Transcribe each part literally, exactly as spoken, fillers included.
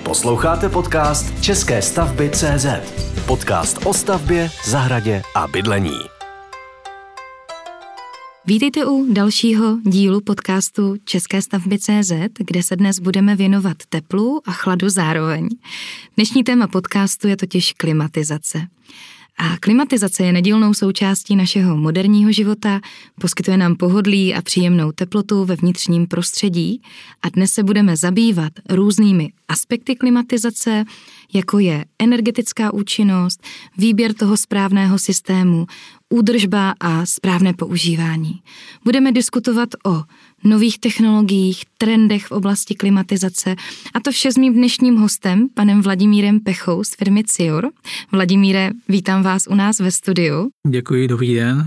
Posloucháte podcast České stavby tečka cé zet. Podcast o stavbě, zahradě a bydlení. Vítejte u dalšího dílu podcastu České stavby tečka cé zet, kde se dnes budeme věnovat teplu a chladu zároveň. Dnešní téma podcastu je totiž klimatizace. A klimatizace je nedílnou součástí našeho moderního života, poskytuje nám pohodlí a příjemnou teplotu ve vnitřním prostředí a dnes se budeme zabývat různými aspekty klimatizace, jako je energetická účinnost, výběr toho správného systému, údržba a správné používání. Budeme diskutovat o nových technologiích, trendech v oblasti klimatizace a to vše s mým dnešním hostem, panem Vladimírem Pechou z firmy Ciur. Vladimíre, vítám vás u nás ve studiu. Děkuji, dobrý den.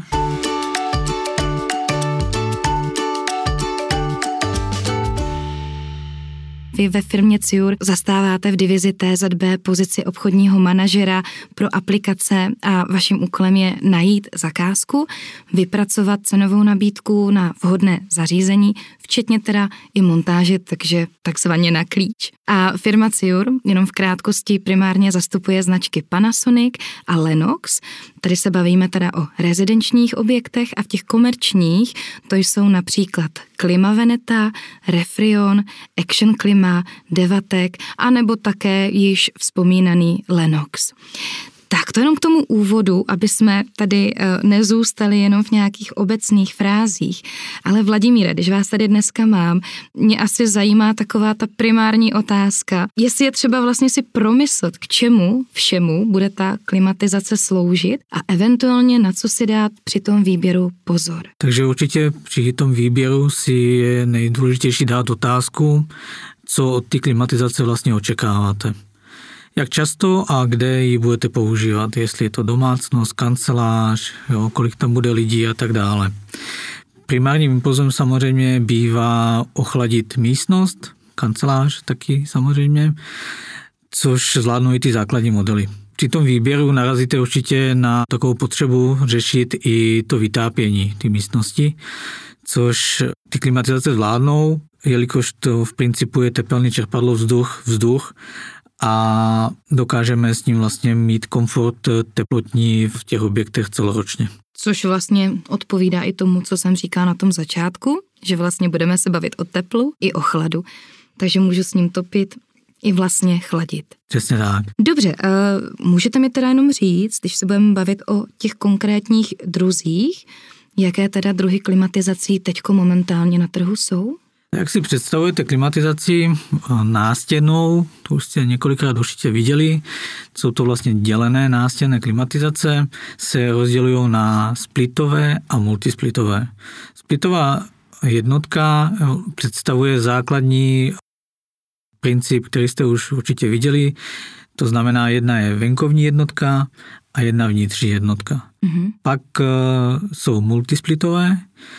Vy ve firmě Ciur zastáváte v divizi T Z B pozici obchodního manažera pro aplikace a vaším úkolem je najít zakázku, vypracovat cenovou nabídku na vhodné zařízení, včetně teda i montáže, takže takzvaně na klíč. A firma Ciur, jenom v krátkosti, primárně zastupuje značky Panasonic a Lennox. Tady se bavíme teda o rezidenčních objektech a v těch komerčních to jsou například Klima Veneta, Refrion, Action Klima, Devatek a nebo také již vzpomínaný Lennox. Tak to jenom k tomu úvodu, aby jsme tady nezůstali jenom v nějakých obecných frázích. Ale Vladimíre, když vás tady dneska mám, mě asi zajímá taková ta primární otázka, jestli je třeba vlastně si promyslet, k čemu všemu bude ta klimatizace sloužit a eventuálně na co si dát při tom výběru pozor. Takže určitě při tom výběru si je nejdůležitější dát otázku, co od té klimatizace vlastně očekáváte. Jak často a kde ji budete používat, jestli je to domácnost, kancelář, jo, kolik tam bude lidí a tak dále. Primárním impulzem samozřejmě bývá ochladit místnost, kancelář taky samozřejmě, což zvládnou i ty základní modely. Při tom výběru narazíte určitě na takovou potřebu řešit i to vytápění ty místnosti, což ty klimatizace zvládnou, jelikož to v principu je tepelné čerpadlo vzduch, vzduch, a dokážeme s ním vlastně mít komfort teplotní v těch objektech celoročně. Což vlastně odpovídá i tomu, co jsem říkala na tom začátku, že vlastně budeme se bavit o teplu i o chladu, takže můžu s ním topit i vlastně chladit. Přesně tak. Dobře, uh, můžete mi teda jenom říct, když se budeme bavit o těch konkrétních druzích, jaké teda druhy klimatizací teďko momentálně na trhu jsou? Jak si představujete klimatizaci nástěnnou, to už jste několikrát určitě viděli, jsou to vlastně dělené nástěnné klimatizace, se rozdělují na splitové a multisplitové. Splitová jednotka představuje základní princip, který jste už určitě viděli, to znamená, jedna je venkovní jednotka a jedna vnitřní jednotka. Mm-hmm. Pak jsou multisplitové.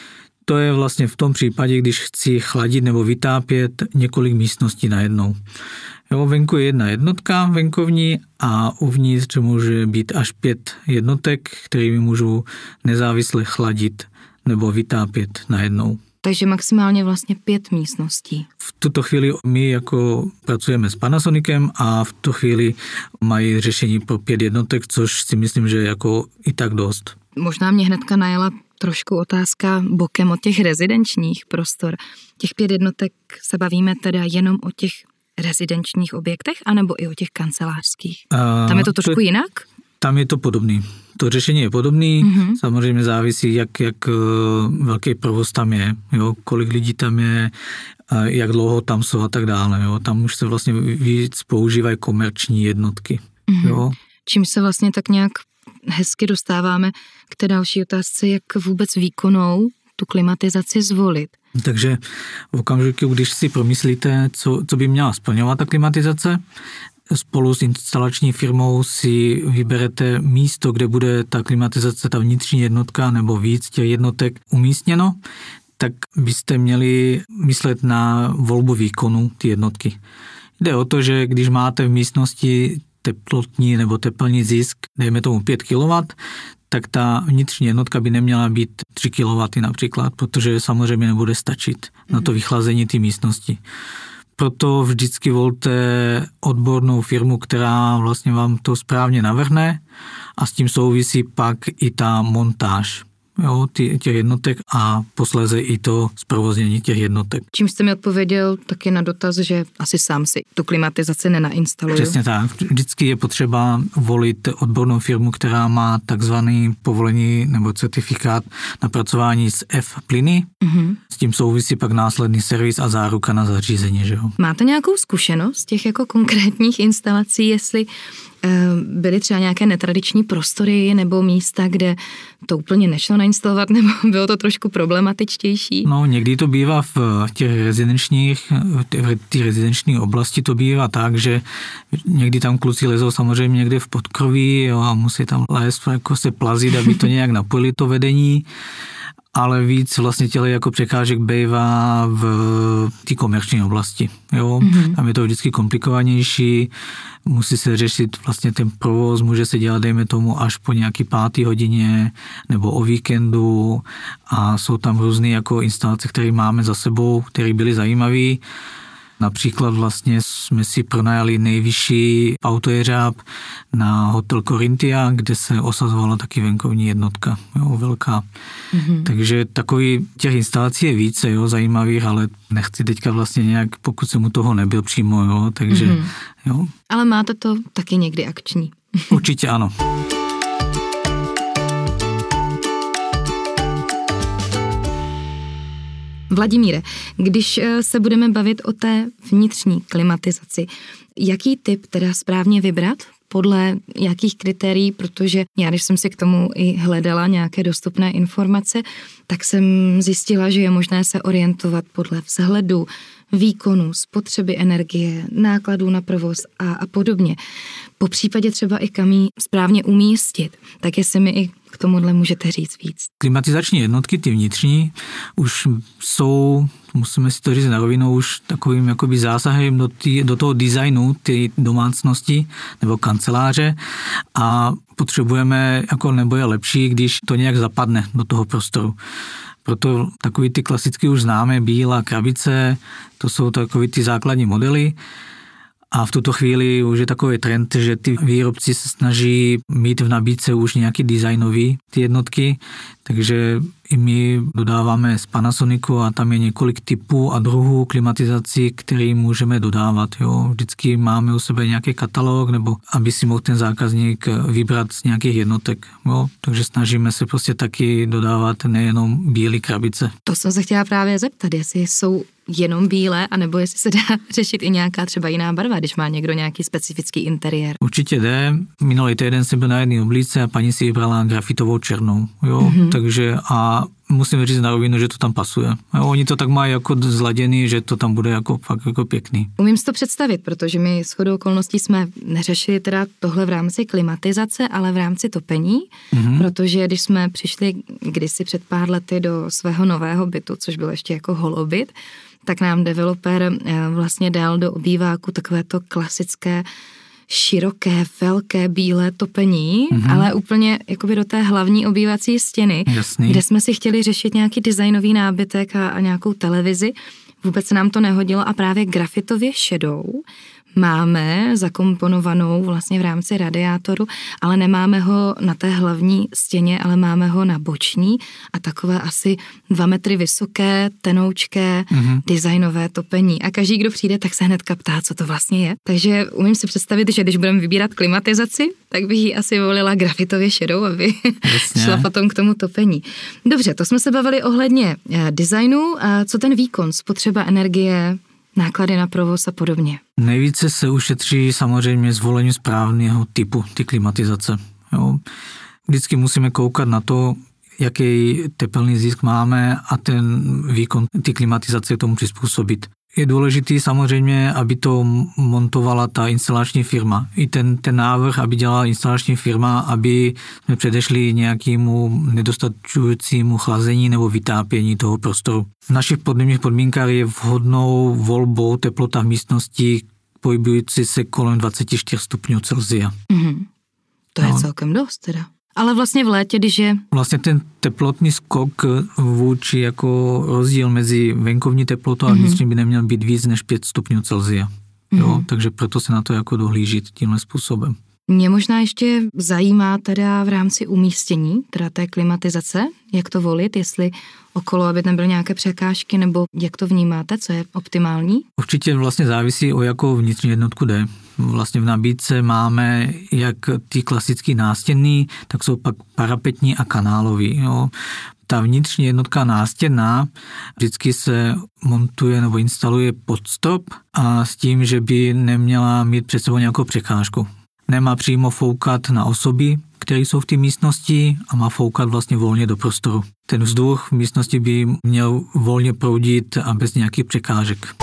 To je vlastně v tom případě, když chci chladit nebo vytápět několik místností najednou. Jo, venku je jedna jednotka venkovní a uvnitř může být až pět jednotek, kterými můžu nezávisle chladit nebo vytápět najednou. Takže maximálně vlastně pět místností. V tuto chvíli my jako pracujeme s Panasonicem a v tu chvíli mají řešení pro pět jednotek, což si myslím, že je jako i tak dost. Možná mě hnedka najela trošku otázka bokem od těch rezidenčních prostor. Těch pět jednotek se bavíme teda jenom o těch rezidenčních objektech, anebo i o těch kancelářských? A tam je to trošku to, jinak? Tam je to podobný. To řešení je podobný, mm-hmm. samozřejmě závisí, jak, jak velký provoz tam je, jo, kolik lidí tam je, jak dlouho tam jsou a tak dále. Jo. Tam už se vlastně víc používají komerční jednotky. Mm-hmm. Jo. Čím se vlastně tak nějak hezky dostáváme k té další otázce, jak vůbec výkonnou tu klimatizaci zvolit. Takže v okamžiku, když si promyslíte, co, co by měla splňovat ta klimatizace, spolu s instalační firmou si vyberete místo, kde bude ta klimatizace, ta vnitřní jednotka nebo víc těch jednotek umístěno, tak byste měli myslet na volbu výkonu ty jednotky. Jde o to, že když máte v místnosti teplotní nebo teplný zisk, dejme tomu pět kilowattů, tak ta vnitřní jednotka by neměla být tři kilowatty například, protože samozřejmě nebude stačit na to vychlazení té místnosti. Proto vždycky volte odbornou firmu, která vlastně vám to správně navrhne a s tím souvisí pak i ta montáž. Jo, ty, těch jednotek a posléze i to zprovoznění těch jednotek. Čím jste mi odpověděl taky na dotaz, že asi sám si tu klimatizaci nenainstaluju. Přesně tak. Vždycky je potřeba volit odbornou firmu, která má takzvaný povolení nebo certifikát na pracování s F plyny. Mm-hmm. S tím souvisí pak následný servis a záruka na zařízení. Že jo? Máte nějakou zkušenost z těch jako konkrétních instalací, jestli byly třeba nějaké netradiční prostory nebo místa, kde to úplně nešlo nainstalovat, nebo bylo to trošku problematičtější? No, někdy to bývá v těch rezidenčních, v té rezidenční oblasti to bývá tak, že někdy tam kluci lezou samozřejmě někde v podkroví, jo, a musí tam lézt, jako se plazit, aby to nějak napojili to vedení. Ale víc vlastně těle jako překážek bývá v té komerční oblasti. Jo? Mm-hmm. Tam je to vždycky komplikovanější, musí se řešit vlastně ten provoz, může se dělat, dejme tomu, až po nějaký pátý hodině nebo o víkendu a jsou tam různé jako instalace, které máme za sebou, které byly zajímavé. Například vlastně jsme si pronajali nejvyšší autojeřáb na hotel Corinthia, kde se osazovala taky venkovní jednotka, jo, velká. Mm-hmm. Takže takový těch instalací je více, jo, zajímavých, ale nechci teďka vlastně nějak, pokud jsem u toho nebyl přímo, jo, takže, mm-hmm. jo. Ale máte to taky někdy akční. Určitě ano. Vladimíre, když se budeme bavit o té vnitřní klimatizaci, jaký typ teda správně vybrat? Podle jakých kritérií, protože já, když jsem si k tomu i hledala nějaké dostupné informace, tak jsem zjistila, že je možné se orientovat podle vzhledu, výkonu, spotřeby energie, nákladů na provoz a, a podobně. Po případě třeba i kam ji správně umístit, tak jestli mi i k tomuhle můžete říct víc. Klimatizační jednotky, ty vnitřní, už jsou, musíme si to říct na rovinu, už takovým jakoby zásahem do, tý, do toho designu ty domácnosti nebo kanceláře a potřebujeme, jako nebo je lepší, když to nějak zapadne do toho prostoru. Proto takový ty klasicky už známe, bílá krabice, to jsou takový ty základní modely. A v tuto chvíli už je takový trend, že ty výrobci se snaží mít v nabídce už nějaký designový ty jednotky, takže i my dodáváme z Panasonicu a tam je několik typů a druhů klimatizací, který můžeme dodávat. Jo. Vždycky máme u sebe nějaký katalog, nebo aby si mohl ten zákazník vybrat z nějakých jednotek. Jo. Takže snažíme se prostě taky dodávat nejenom bílé krabice. To jsem se chtěla právě zeptat, jestli jsou jenom bílé, anebo jestli se dá řešit i nějaká třeba jiná barva, když má někdo nějaký specifický interiér. Určitě jde. Minulý týden jsem byl na jedné oblídce a paní si vybrala grafitovou černou. Jo. Mm-hmm. Takže a musím říct na rovinu, že to tam pasuje. Jo, oni to tak mají jako zladěný, že to tam bude jako fakt jako pěkný. Umím si to představit, protože my shodou okolností jsme neřešili teda tohle v rámci klimatizace, ale v rámci topení, mm-hmm. protože když jsme přišli kdysi před pár lety do svého nového bytu, což byl ještě jako holobyt, tak nám developer vlastně dal do obýváku takové to klasické široké, velké, bílé topení, mm-hmm. ale úplně jakoby do té hlavní obývací stěny, Jasný. kde jsme si chtěli řešit nějaký designový nábytek a, a nějakou televizi. Vůbec se nám to nehodilo a právě grafitově šedou máme zakomponovanou vlastně v rámci radiátoru, ale nemáme ho na té hlavní stěně, ale máme ho na boční a takové asi dva metry vysoké, tenoučké, mm-hmm. designové topení. A každý, kdo přijde, tak se hnedka ptá, co to vlastně je. Takže umím si představit, že když budeme vybírat klimatizaci, tak bych ji asi volila grafitově šedou, aby šla potom k tomu topení. Dobře, to jsme se bavili ohledně designu. A co ten výkon, spotřeba energie, náklady na provoz a podobně? Nejvíce se ušetří samozřejmě zvolením správného typu ty klimatizace. Jo. Vždycky musíme koukat na to, jaký tepelný zisk máme a ten výkon ty klimatizace k tomu přizpůsobit. Je důležitý samozřejmě, aby to montovala ta instalační firma. I ten, ten návrh, aby dělala instalační firma, aby jsme předešli nějakému nedostačujícímu chlazení nebo vytápění toho prostoru. V našich podnebních podmínkách je vhodnou volbou teplota v místnosti pohybující se kolem dvacet čtyři stupňů Celsia. Mm-hmm. To je no. celkem dost teda. Ale vlastně v létě, když je... Vlastně ten teplotný skok vůči jako rozdíl mezi venkovní teplotou a mm-hmm. vnitřní by neměl být víc než pět stupňů Celsia. Mm-hmm. Jo? Takže proto se na to jako dohlížit tímhle způsobem. Mě možná ještě zajímá teda v rámci umístění, teda té klimatizace, jak to volit, jestli okolo, aby tam byly nějaké překážky, nebo jak to vnímáte, co je optimální? Určitě vlastně závisí, o jakou vnitřní jednotku jde. Vlastně v nabídce máme jak ty klasický nástěnný, tak jsou pak parapetní a kanálový. Jo. Ta vnitřní jednotka nástěnná vždycky se montuje nebo instaluje pod strop a s tím, že by neměla mít před sebou nějakou překážku. Nemá přímo foukat na osoby, které jsou v té místnosti a má foukat vlastně volně do prostoru. Ten vzduch v místnosti by měl volně proudit a bez nějakých překážek.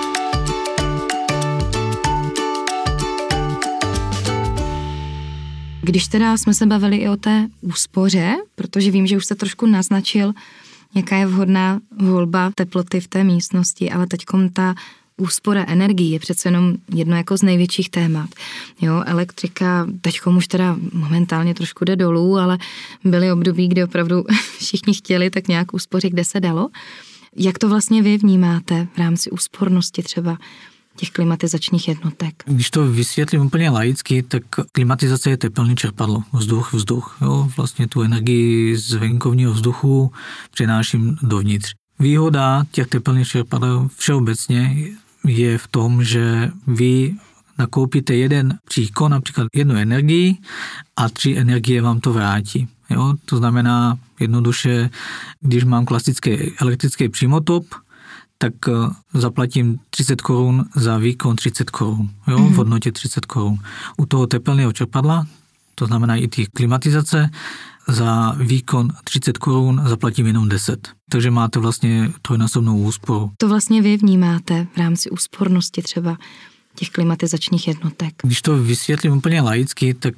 Když teda jsme se bavili i o té úspoře, protože vím, že už jste trošku naznačil, jaká je vhodná volba teploty v té místnosti, ale teďkom ta úspora energií je přece jenom jedno jako z největších témat. Jo, elektrika teďkom už teda momentálně trošku jde dolů, ale byly období, kdy opravdu všichni chtěli tak nějak uspořit, kde se dalo. Jak to vlastně vy vnímáte v rámci úspornosti třeba těch klimatizačních jednotek? Když to vysvětlím úplně laicky, tak klimatizace je tepelné čerpadlo. Vzduch, vzduch. Jo? Vlastně tu energii z venkovního vzduchu přenáším dovnitř. Výhoda těch tepelných čerpadel všeobecně je v tom, že vy nakoupíte jeden příkon, například jednu energii a tři energie vám to vrátí. Jo? To znamená jednoduše, když mám klasický elektrický přímotop, tak zaplatím třicet korun za výkon třicet korun, jo, v hodnotě třicet korun. U toho tepelného čerpadla, to znamená i ty klimatizace, za výkon třicet korun zaplatím jenom deset. Takže máte vlastně trojnásobnou úsporu. To vlastně vy vnímáte v rámci úspornosti třeba těch klimatizačních jednotek? Když to vysvětlím úplně laicky, tak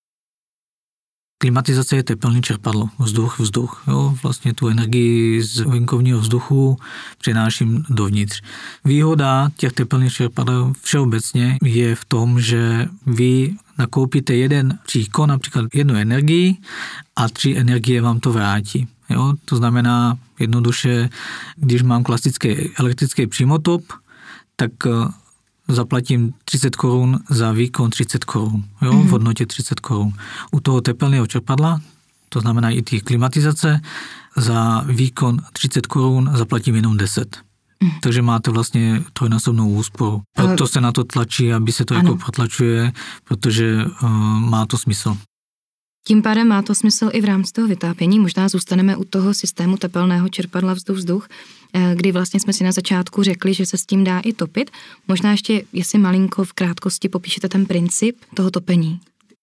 klimatizace je tepelné čerpadlo. Vzduch, vzduch. Jo? Vlastně tu energii z venkovního vzduchu přenáším dovnitř. Výhoda těch tepelných čerpadel všeobecně je v tom, že vy nakoupíte jeden příkon, například jednu energii a tři energie vám to vrátí. Jo? To znamená jednoduše, když mám klasický elektrický přímotop, tak zaplatím třicet korun za výkon třicet korun, jo, v hodnotě třicet korun. U toho tepelného čerpadla, to znamená i ty klimatizace, za výkon třicet korun zaplatím jenom deset. Mm. Takže máte vlastně trojnásobnou úsporu. Proto se na to tlačí, aby se to ano. jako protlačuje, protože uh, má to smysl. Tím pádem má to smysl i v rámci toho vytápění. Možná zůstaneme u toho systému tepelného čerpadla vzduch-vzduch, kdy vlastně jsme si na začátku řekli, že se s tím dá i topit. Možná ještě, jestli malinko v krátkosti popíšete ten princip toho topení.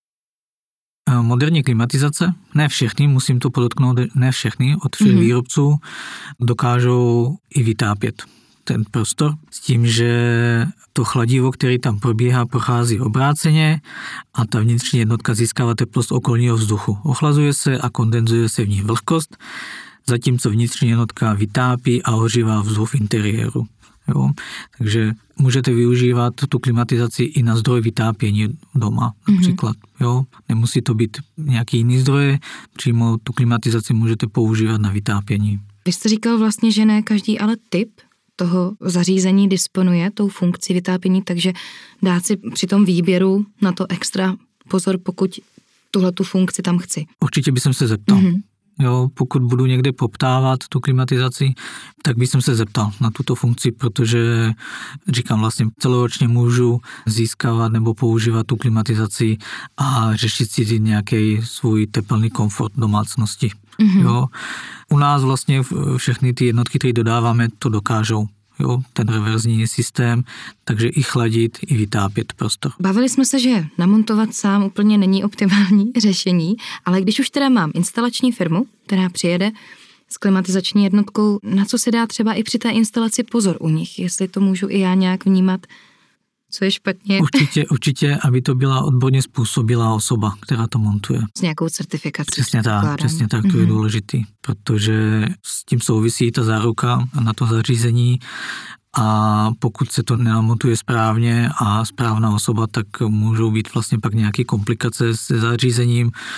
Moderní klimatizace, ne všechny, musím to podotknout, ne všechny, od všech mm-hmm. výrobců dokážou i vytápět ten prostor s tím, že to chladivo, který tam probíhá, prochází obráceně a ta vnitřní jednotka získává teplost okolního vzduchu. Ochlazuje se a kondenzuje se v ní vlhkost, zatímco vnitřní jednotka vytápí a ohřívá vzduch v interiéru. Jo? Takže můžete využívat tu klimatizaci i na zdroj vytápění doma například. Mm-hmm. Jo? Nemusí to být nějaký jiný zdroj, přímo tu klimatizaci můžete používat na vytápění. Vy jste říkal vlastně, že ne každý ale typ toho zařízení disponuje tou funkcí vytápění, takže dát si při tom výběru na to extra pozor, pokud tuhletu funkci tam chci. Určitě bych se zeptal. Mm-hmm. Jo, pokud budu někde poptávat tu klimatizaci, tak bych se zeptal na tuto funkci, protože říkám vlastně celoročně můžu získávat nebo používat tu klimatizaci a řešit si nějaký svůj teplný komfort domácnosti. Mm-hmm. Jo. U nás vlastně všechny ty jednotky, které dodáváme, to dokážou. Jo, ten reverzní systém, takže i chladit, i vytápět prostor. Bavili jsme se, že namontovat sám úplně není optimální řešení, ale když už teda mám instalační firmu, která přijede s klimatizační jednotkou, na co se dá třeba i při té instalaci pozor u nich, jestli to můžu i já nějak vnímat, co je špatně. Určitě, určitě, aby to byla odborně způsobilá osoba, která to montuje. S nějakou certifikací. Přesně tak, přesně tak, to mm-hmm. je důležitý, protože s tím souvisí ta záruka na to zařízení a pokud se to nenamontuje správně a správná osoba, tak můžou být vlastně pak nějaké komplikace s zařízením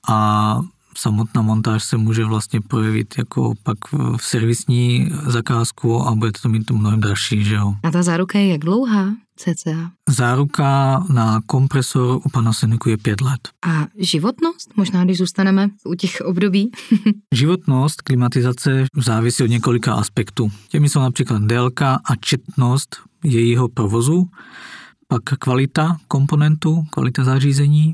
a samotná montáž se může vlastně projevit jako pak v servisní zakázku a bude to mít to mnohem dražší, že jo. A ta záruka je jak dlouhá? Cca? Záruka na kompresor u Panasonicu je pět let. A životnost? Možná, když zůstaneme u těch období. Životnost klimatizace závisí od několika aspektů. Těmi jsou například délka a četnost jejího provozu, pak kvalita komponentů, kvalita zařízení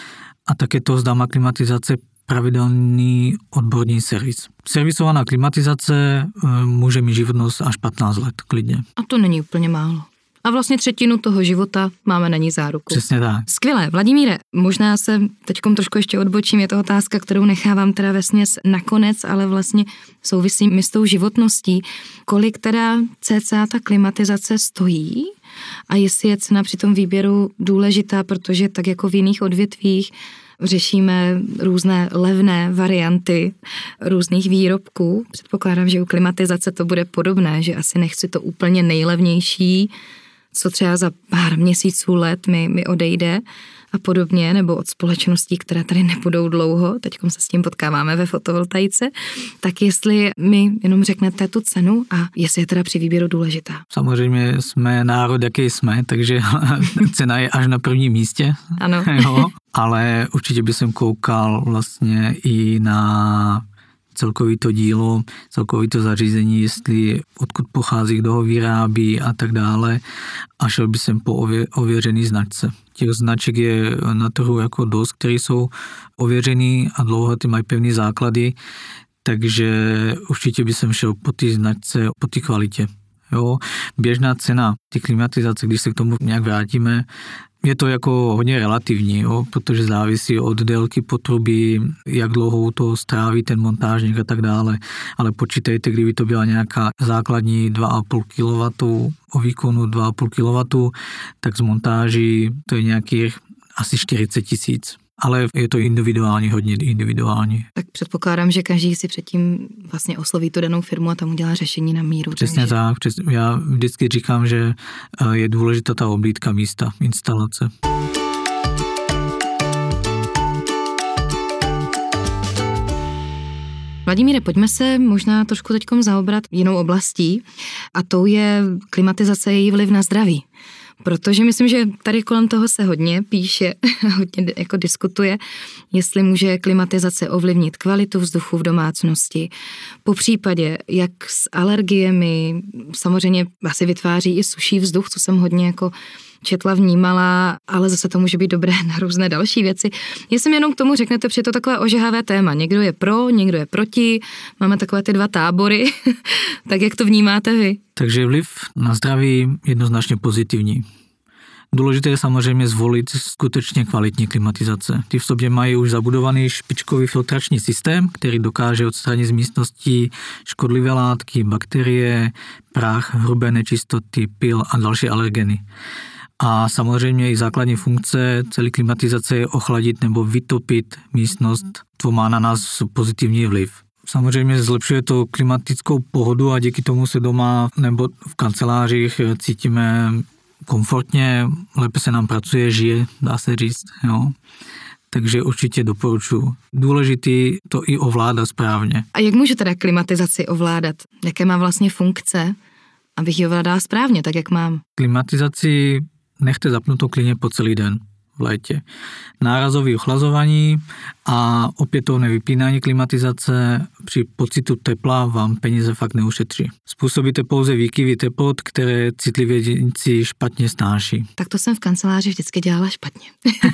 a také to, zda má klimatizace pravidelný odborný servis. Servisovaná klimatizace může mít životnost až patnáct let klidně. A to není úplně málo. A vlastně třetinu toho života máme na ní záruku. Přesně tak. Skvělé. Vladimíre, možná se teďkom trošku ještě odbočím, je to otázka, kterou nechávám teda vesměs nakonec, ale vlastně souvisí mi s tou životností. Kolik teda cca ta klimatizace stojí a jestli je cena při tom výběru důležitá, protože tak jako v jiných odvětvích řešíme různé levné varianty různých výrobků. Předpokládám, že u klimatizace to bude podobné, že asi nechci to úplně nejlevnější, co třeba za pár měsíců, let mi, mi odejde a podobně, nebo od společností, které tady nebudou dlouho, teďkom se s tím potkáváme ve fotovoltaice, tak jestli mi jenom řeknete tu cenu a jestli je teda při výběru důležitá. Samozřejmě jsme národ, jaký jsme, takže cena je až na prvním místě. Ano. Jo, ale určitě bych jsem koukal vlastně i na celkový to dílo, celkový to zařízení, jestli odkud pochází, kdo ho vyrábí a tak dále. A šel by jsem po ově, ověřený značce. Těch značek je na trhu jako dost, které jsou ověřený a dlouholetý mají pevný základy, takže určitě by jsem šel po té značce, po té kvalitě. Jo. Běžná cena ty klimatizace, když se k tomu nějak vrátíme, je to jako hodně relativní, jo, protože závisí od délky potruby, jak dlouho to stráví ten montážník a tak dále. Ale počítejte, kdyby to byla nějaká základní dva a půl kilowattu o výkonu dva a půl kilowattu, tak z montáží to je nějakých asi čtyřicet tisíc. Ale je to individuální, hodně individuální. Tak předpokládám, že každý si předtím vlastně osloví tu danou firmu a tam udělá řešení na míru. Přesně takže... tak. Přes, já vždycky říkám, že je důležitá ta oblídka místa, instalace. Vladimíre, pojďme se možná trošku teďkom zaobrat jinou oblastí a tou je klimatizace, její vliv na zdraví. Protože myslím, že tady kolem toho se hodně píše, hodně jako diskutuje, jestli může klimatizace ovlivnit kvalitu vzduchu v domácnosti. Po případě, jak s alergiemi, samozřejmě asi vytváří i suší vzduch, co jsem hodně jako četla, vnímala, ale zase to může být dobré na různé další věci. Jestli mi jenom k tomu řeknete, protože je to takové ožehavé téma. Někdo je pro, někdo je proti, máme takové ty dva tábory, tak jak to vnímáte vy? Takže vliv na zdraví jednoznačně pozitivní. Důležité je samozřejmě zvolit skutečně kvalitní klimatizace. Ty v sobě mají už zabudovaný špičkový filtrační systém, který dokáže odstranit z místností škodlivé látky, bakterie, prach, hrubé nečistoty, pyl a další alergeny. A samozřejmě i základní funkce celé klimatizace je ochladit nebo vytopit místnost, to má na nás pozitivní vliv. Samozřejmě zlepšuje to klimatickou pohodu a díky tomu se doma nebo v kancelářích cítíme komfortně, lépe se nám pracuje, žije, dá se říct, jo. Takže určitě doporučuji. Důležitý to i ovládat správně. A jak můžu teda klimatizaci ovládat? Jaké má vlastně funkce, abych ji ovládala správně, tak jak mám? Klimatizaci nechte zapnutou klidně po celý den v létě. Nárazové ochlazování a opětovné vypínání klimatizace při pocitu tepla vám peníze fakt neušetří. Způsobíte pouze výkyvy teplot, které citlivěci špatně snáší. Tak to jsem v kanceláři vždycky dělala špatně.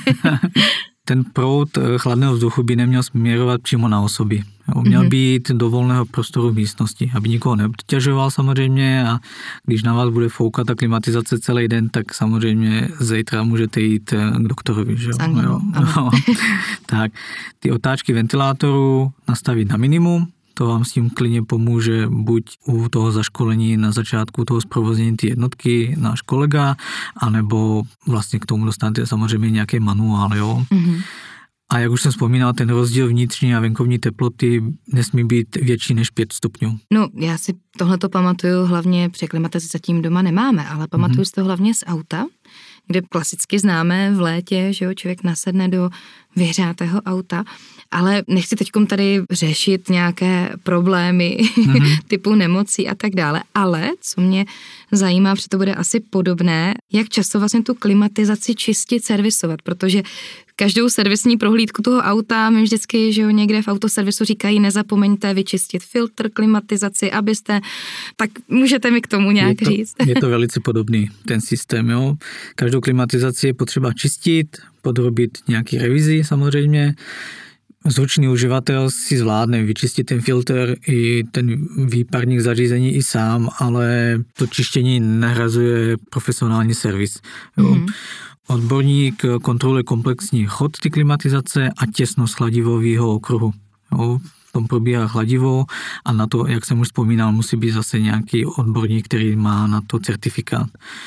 Ten proud chladného vzduchu by neměl směrovat přímo na osoby. Měl být do volného prostoru místnosti, aby nikoho neobtěžoval samozřejmě a když na vás bude foukat ta klimatizace celý den, tak samozřejmě zítra můžete jít k doktorovi. Že? Ano, jo? ano. No. Tak, ty otáčky ventilátoru nastavit na minimum, to vám s tím klidně pomůže buď u toho zaškolení na začátku toho zprovoznění ty jednotky náš kolega, anebo vlastně k tomu dostanete samozřejmě nějaký manuál, jo. Mm-hmm. A jak už jsem vzpomínal, ten rozdíl vnitřní a venkovní teploty nesmí být větší než pět stupňů. No, já si tohleto pamatuju hlavně, při klimatizaci zatím doma nemáme, ale pamatuju mm-hmm. si to hlavně z auta, kde klasicky známe v létě, že jo, člověk nasedne do vyhřátého auta, ale nechci teďkom tady řešit nějaké problémy mm-hmm. typu nemocí a tak dále, ale co mě zajímá, protože to bude asi podobné, jak často vlastně tu klimatizaci čistit, servisovat, protože každou servisní prohlídku toho auta mi vždycky, že jo, někde v autoservisu říkají, nezapomeňte vyčistit filtr, klimatizaci, abyste, tak můžete mi k tomu nějak je to, říct. Je to velice podobný, ten systém, jo. Každou klimatizaci je potřeba čistit, podrobit nějaký revizi samozřejmě. Zručný uživatel si zvládne vyčistit ten filtr i ten výparník zařízení i sám, ale to čištění nahrazuje profesionální servis. Jo. Mm-hmm. Odborník kontroluje komplexní chod ty klimatizace a těsnost chladivového okruhu. Jo. V tom probíhá chladivo a na to, jak jsem už vzpomínal, musí být zase nějaký odborník, který má na to certifikát.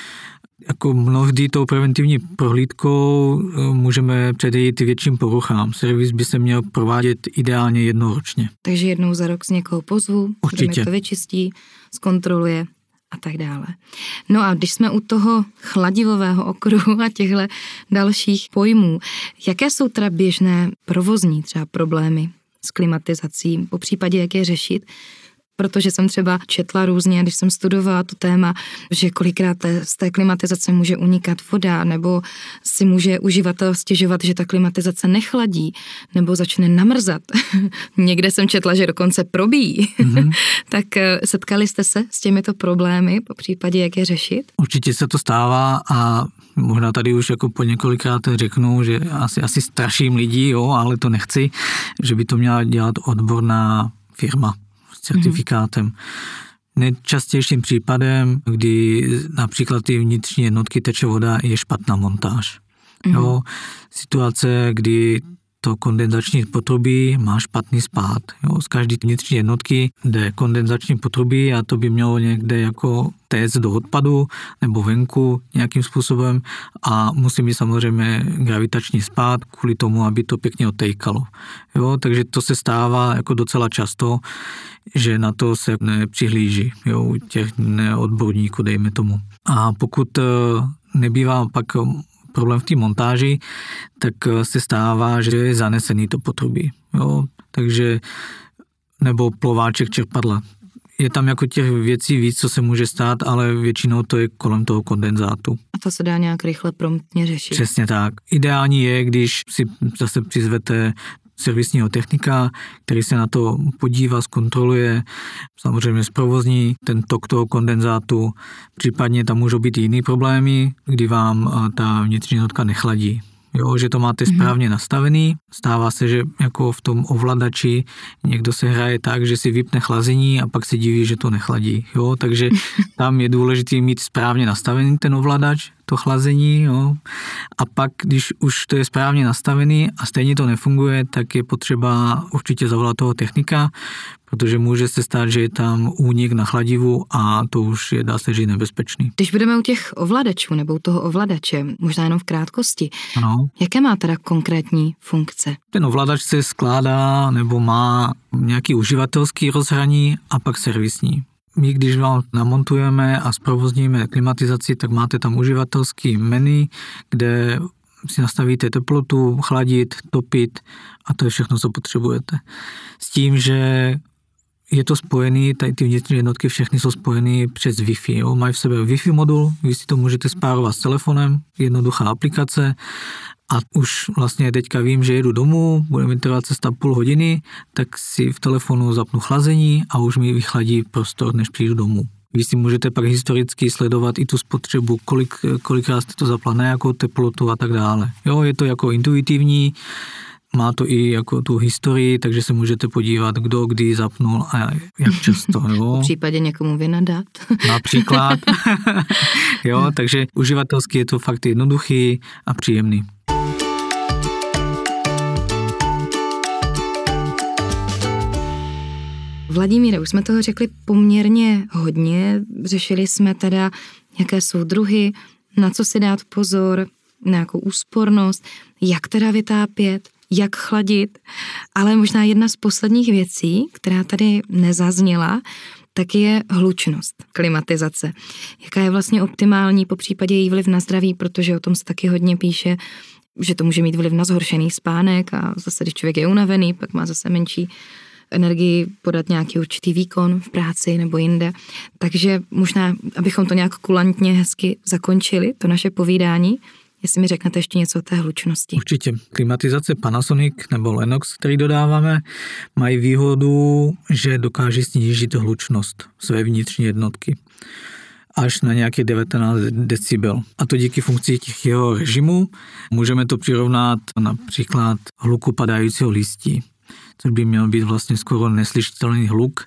Jako mnohdy tou preventivní prohlídkou můžeme předejít větším poruchám. Servis by se měl provádět ideálně jednou ročně. Takže jednou za rok z někoho pozvu, určitě to vyčistí, zkontroluje a tak dále. No a když jsme u toho chladivového okruhu a těchto dalších pojmů, jaké jsou teda běžné provozní třeba problémy s klimatizací, po případě jak je řešit? Protože jsem třeba četla různě, když jsem studovala to téma, že kolikrát z té klimatizace může unikat voda, nebo si může uživatel stěžovat, že ta klimatizace nechladí, nebo začne namrzat. Někde jsem četla, že dokonce probíjí. Mm-hmm. Tak setkali jste se s těmito problémy, po případě jak je řešit? Určitě se to stává a možná tady už jako po několikrát řeknu, že asi, asi straším lidí, jo, ale to nechci, že by to měla dělat odborná firma certifikátem. Nejčastějším případem, kdy například ty vnitřní jednotky teče voda, je špatná montáž. Mm. Jo, situace, kdy to kondenzační potrubí má špatný spád. Jo, z každé vnitřní jednotky jde kondenzační potrubí a to by mělo někde jako téct do odpadu nebo venku nějakým způsobem a musí mít samozřejmě gravitační spád kvůli tomu, aby to pěkně otejkalo. Jo, takže to se stává jako docela často, že na to se nepřihlíží, jo, u těch neodborníků, dejme tomu. A pokud nebývá pak problém v té montáži, tak se stává, že je zanesený to potrubí. Jo? Takže, nebo plováček čerpadla. Je tam jako těch věcí víc, co se může stát, ale většinou to je kolem toho kondenzátu. A to se dá nějak rychle promptně řešit. Přesně tak. Ideální je, když si zase přizvete servisního technika, který se na to podívá, zkontroluje, samozřejmě zprovozní ten tok toho kondenzátu, případně tam můžou být i jiný problémy, kdy vám ta vnitřní jednotka nechladí. Jo, že to máte správně nastavený. Stává se, že jako v tom ovladači někdo se hraje tak, že si vypne chlazení a pak se diví, že to nechladí. Jo, takže tam je důležité mít správně nastavený ten ovladač, to chlazení, jo. A pak, když už to je správně nastavený a stejně to nefunguje, tak je potřeba určitě zavolat toho technika, protože může se stát, že je tam únik na chladivu a to už je, dá se říct, nebezpečný. Když budeme u těch ovladačů nebo u toho ovladače, možná jenom v krátkosti, ano. Jaké má teda konkrétní funkce? Ten ovladač se skládá nebo má nějaký uživatelský rozhraní a pak servisní. My, když vám namontujeme a zprovozníme klimatizaci, tak máte tam uživatelský menu, kde si nastavíte teplotu, chladit, topit a to je všechno, co potřebujete. S tím, že je to spojený, tady ty vnitřní jednotky všechny jsou spojený přes Wi-Fi. Jo? Mají v sebe Wi-Fi modul, vy si to můžete spárovat s telefonem, jednoduchá aplikace a už vlastně teďka vím, že jedu domů, bude mi trvat cesta půl hodiny, tak si v telefonu zapnu chlazení a už mi vychladí prostor, než přijdu domů. Vy si můžete pak historicky sledovat i tu spotřebu, kolik, kolikrát jste to zapla, na jakou teplotu a tak dále. Jo, je to jako intuitivní, má to i jako tu historii, takže se můžete podívat, kdo kdy zapnul a jak často. Jo. V případě někomu vynadat. Například. Jo, takže uživatelsky je to fakt jednoduchý a příjemný. Vladimíre, už jsme toho řekli poměrně hodně. Řešili jsme teda, jaké jsou druhy, na co si dát pozor, na nějakou úspornost, jak teda vytápět, jak chladit, ale možná jedna z posledních věcí, která tady nezazněla, tak je hlučnost, klimatizace. Jaká je vlastně optimální, po případě její vliv na zdraví, protože o tom se taky hodně píše, že to může mít vliv na zhoršený spánek a zase, když člověk je unavený, pak má zase menší energii podat nějaký určitý výkon v práci nebo jinde. Takže možná, abychom to nějak kulantně hezky zakončili, to naše povídání, jestli mi řeknete ještě něco o té hlučnosti. Určitě. Klimatizace Panasonic nebo Lennox, který dodáváme, mají výhodu, že dokáží snížit hlučnost své vnitřní jednotky až na nějaké devatenáct decibel. A to díky funkci těch jeho režimů. Můžeme to přirovnat například hluku padajícího listí, což by měl být vlastně skoro neslyšitelný hluk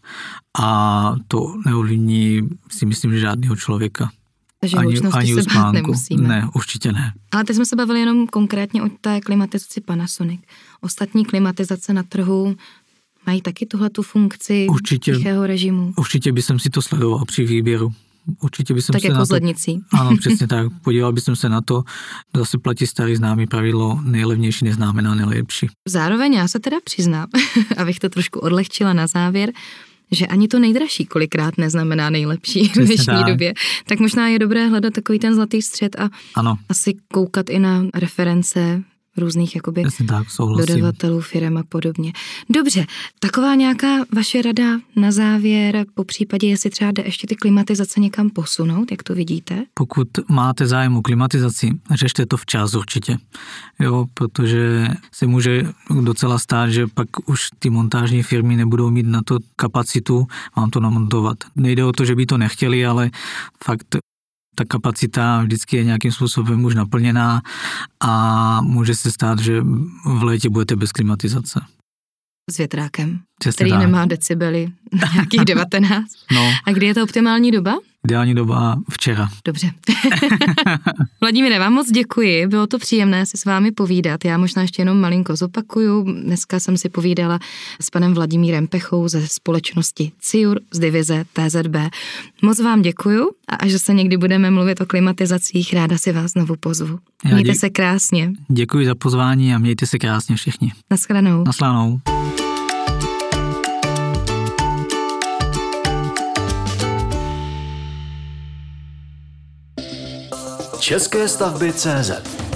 a to neovlivní, si myslím, že žádného člověka. Takže ani, ani se bát nemusíme. Ne, určitě ne. Ale teď jsme se bavili jenom konkrétně o té klimatizaci Panasonic. Ostatní klimatizace na trhu mají taky tuhletu funkci určitě, tichého režimu? Určitě bych si to sledoval při výběru. Určitě by jsem tak se jako na s lednicí. To, ano, přesně tak. Podíval bych se na to, zase platí starý známý pravidlo, nejlevnější neznamená nejlepší. Zároveň já se teda přiznám, abych to trošku odlehčila na závěr, že ani to nejdražší kolikrát neznamená nejlepší v dnešní tak. době. Tak možná je dobré hledat takový ten zlatý střed a ano. asi koukat i na reference různých jakoby tak, dodavatelů, firem a podobně. Dobře, taková nějaká vaše rada na závěr, po případě, jestli třeba jde ještě ty klimatizace někam posunout, jak to vidíte? Pokud máte zájem o klimatizaci, řešte to včas určitě, jo, protože se může docela stát, že pak už ty montážní firmy nebudou mít na to kapacitu vám to namontovat. Nejde o to, že by to nechtěli, ale fakt ta kapacita vždycky je nějakým způsobem už naplněná a může se stát, že v létě budete bez klimatizace. S větrákem, Přesně který tak. nemá decibely nějakých devatenáct. No. A kdy je to optimální doba? Ideální doba včera. Dobře. Vladimíre, vám moc děkuji, bylo to příjemné si s vámi povídat. Já možná ještě jenom malinko zopakuju. Dneska jsem si povídala s panem Vladimírem Pechou ze společnosti Ciur z divize T Z B. Moc vám děkuju a až se někdy budeme mluvit o klimatizacích, ráda si vás znovu pozvu. Já mějte dě- se krásně. Děkuji za pozvání a mějte se krásně všichni. Naschledanou. Naschledanou. České stavby tečka cé zet